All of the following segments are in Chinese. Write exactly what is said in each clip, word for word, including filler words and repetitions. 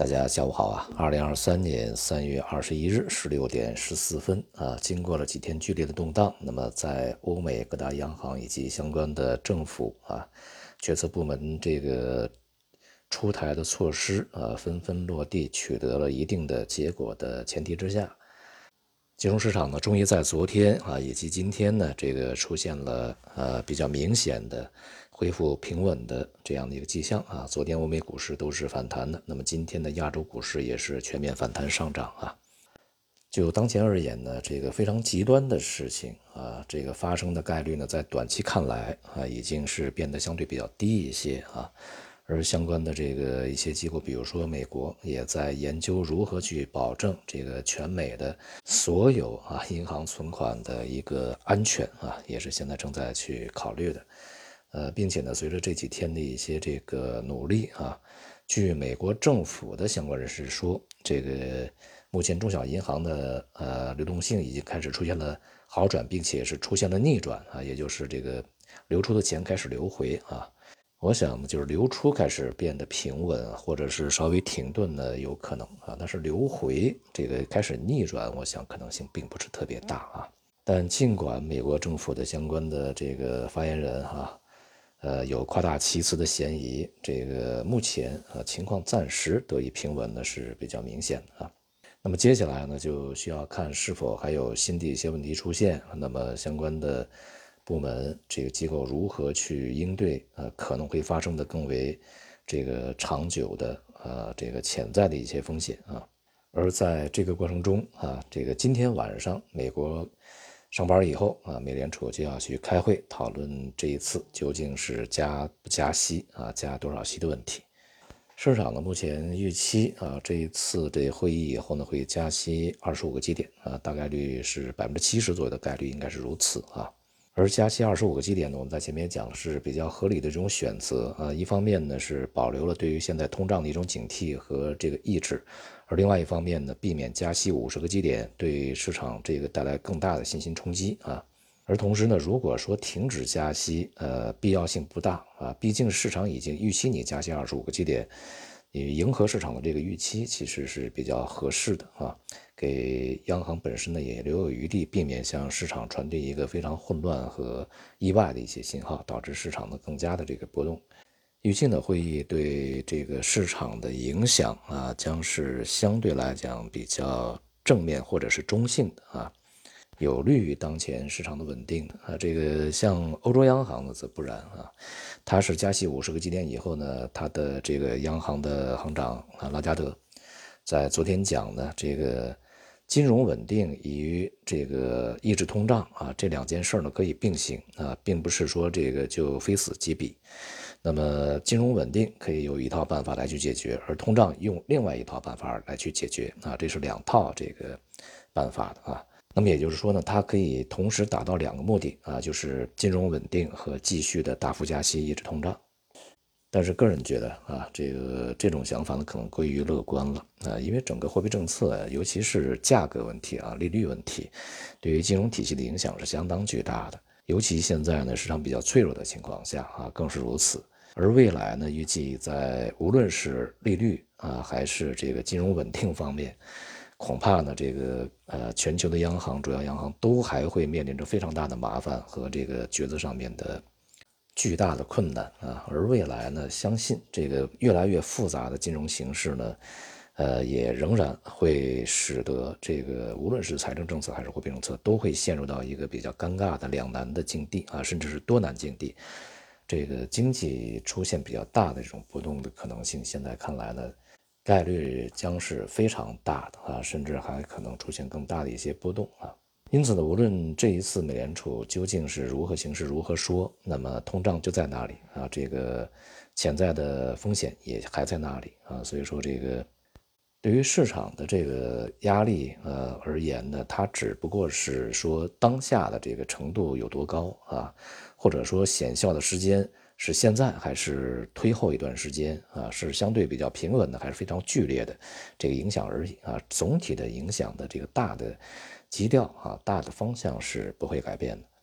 大家下午好啊！二零二三年三月二十一日十六点十四分啊，经过了几天剧烈的动荡，那么在欧美各大央行以及相关的政府啊决策部门这个出台的措施啊纷纷落地，取得了一定的结果的前提之下，金融市场呢，终于在昨天啊以及今天呢，这个出现了呃比较明显的恢复平稳的这样的一个迹象啊。昨天欧美股市都是反弹的，那么今天的亚洲股市也是全面反弹上涨啊。就当前而言呢，这个非常极端的事情啊，这个发生的概率呢，在短期看来啊，已经是变得相对比较低一些啊。而相关的这个一些机构，比如说美国，也在研究如何去保证这个全美的所有啊银行存款的一个安全啊，也是现在正在去考虑的。呃，并且呢，随着这几天的一些这个努力啊，据美国政府的相关人士说，这个目前中小银行的呃流动性已经开始出现了好转，并且是出现了逆转啊，也就是这个流出的钱开始流回啊。我想呢，就是流出开始变得平稳，或者是稍微停顿的有可能啊，但是流回这个开始逆转，我想可能性并不是特别大啊。但尽管美国政府的相关的这个发言人哈、啊，呃，有夸大其词的嫌疑，这个目前啊情况暂时得以平稳呢是比较明显的啊。那么接下来呢，就需要看是否还有新的一些问题出现，那么相关的部门这个机构如何去应对呃可能会发生的更为这个长久的呃这个潜在的一些风险啊。而在这个过程中啊，这个今天晚上美国上班以后啊，美联储就要去开会讨论这一次究竟是加不加息啊，加多少息的问题。市场呢目前预期啊，这一次这会议以后呢会加息二十五个基点啊，大概率是百分之七十左右的概率应该是如此啊。而加息二十五个基点呢，我们在前面讲是比较合理的这种选择啊。一方面呢是保留了对于现在通胀的一种警惕和这个抑制，而另外一方面呢，避免加息五十个基点对市场这个带来更大的信心冲击啊。而同时呢，如果说停止加息，呃，必要性不大啊，毕竟市场已经预期你加息二十五个基点，你迎合市场的这个预期其实是比较合适的啊，给央行本身呢也留有余地，避免向市场传递一个非常混乱和意外的一些信号，导致市场呢更加的这个波动。预期呢会议对这个市场的影响啊，将是相对来讲比较正面或者是中性的啊。有利于当前市场的稳定啊，这个像欧洲央行呢则不然啊，它是加息五十个基点以后呢，它的这个央行的行长啊拉加德在昨天讲呢，这个金融稳定与这个抑制通胀啊这两件事呢可以并行啊，并不是说这个就非死即彼。那么金融稳定可以有一套办法来去解决，而通胀用另外一套办法来去解决啊，这是两套这个办法的啊。那么也就是说呢，它可以同时达到两个目的啊，就是金融稳定和继续的大幅加息抑制通胀。但是个人觉得啊，这个这种想法呢可能过于乐观了啊，因为整个货币政策，尤其是价格问题啊、利率问题，对于金融体系的影响是相当巨大的。尤其现在呢市场比较脆弱的情况下啊，更是如此。而未来呢，预计在无论是利率啊，还是这个金融稳定方面，恐怕呢，这个呃，全球的央行、主要央行都还会面临着非常大的麻烦和这个决策上面的巨大的困难啊。而未来呢，相信这个越来越复杂的金融形势呢，呃，也仍然会使得这个无论是财政政策还是货币政策，都会陷入到一个比较尴尬的两难的境地啊，甚至是多难境地。这个经济出现比较大的这种波动的可能性，现在看来呢，概率将是非常大的啊，甚至还可能出现更大的一些波动啊。因此呢，无论这一次美联储究竟是如何行事、如何说，那么通胀就在那里啊，这个潜在的风险也还在那里啊。所以说，这个对于市场的这个压力呃而言呢，它只不过是说当下的这个程度有多高啊，或者说显效的时间是现在还是推后一段时间啊，是相对比较平稳的，还是非常剧烈的这个影响而已啊。总体的影响的这个大的基调啊，大的方向是不会改变的。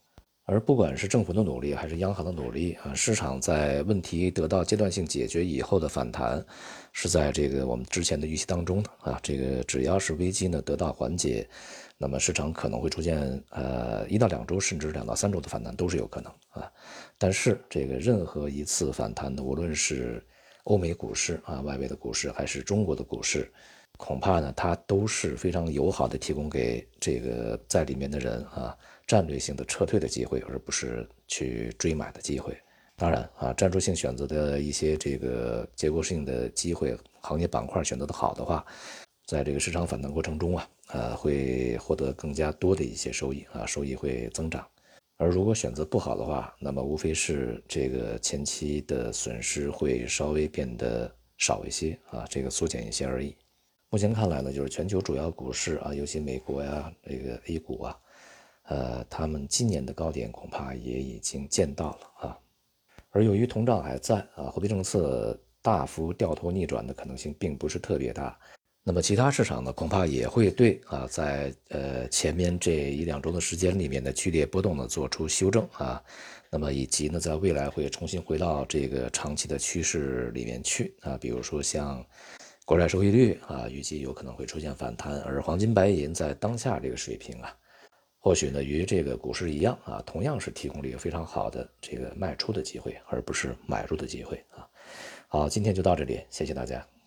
而不管是政府的努力还是央行的努力啊，市场在问题得到阶段性解决以后的反弹，是在这个我们之前的预期当中的啊。这个只要是危机呢得到缓解，那么市场可能会出现呃一到两周甚至两到三周的反弹都是有可能啊。但是这个任何一次反弹呢，无论是欧美股市啊、外围的股市还是中国的股市，恐怕呢，它都是非常友好的提供给这个在里面的人啊战略性的撤退的机会，而不是去追买的机会。当然啊，战术性选择的一些这个结构性的机会，行业板块选择的好的话，在这个市场反弹过程中啊，呃，会获得更加多的一些收益啊，收益会增长。而如果选择不好的话，那么无非是这个前期的损失会稍微变得少一些啊，这个缩减一些而已。目前看来呢，就是全球主要股市啊，尤其美国呀，这个 A 股啊，呃，他们今年的高点恐怕也已经见到了啊。而由于通胀还在啊，货币政策大幅掉头逆转的可能性并不是特别大。那么其他市场呢，恐怕也会对啊，在呃前面这一两周的时间里面的剧烈波动呢做出修正啊。那么以及呢，在未来会重新回到这个长期的趋势里面去啊，比如说像国债收益率啊，预计有可能会出现反弹，而黄金白银在当下这个水平啊，或许呢与这个股市一样啊，同样是提供了一个非常好的这个卖出的机会，而不是买入的机会啊。好，今天就到这里，谢谢大家。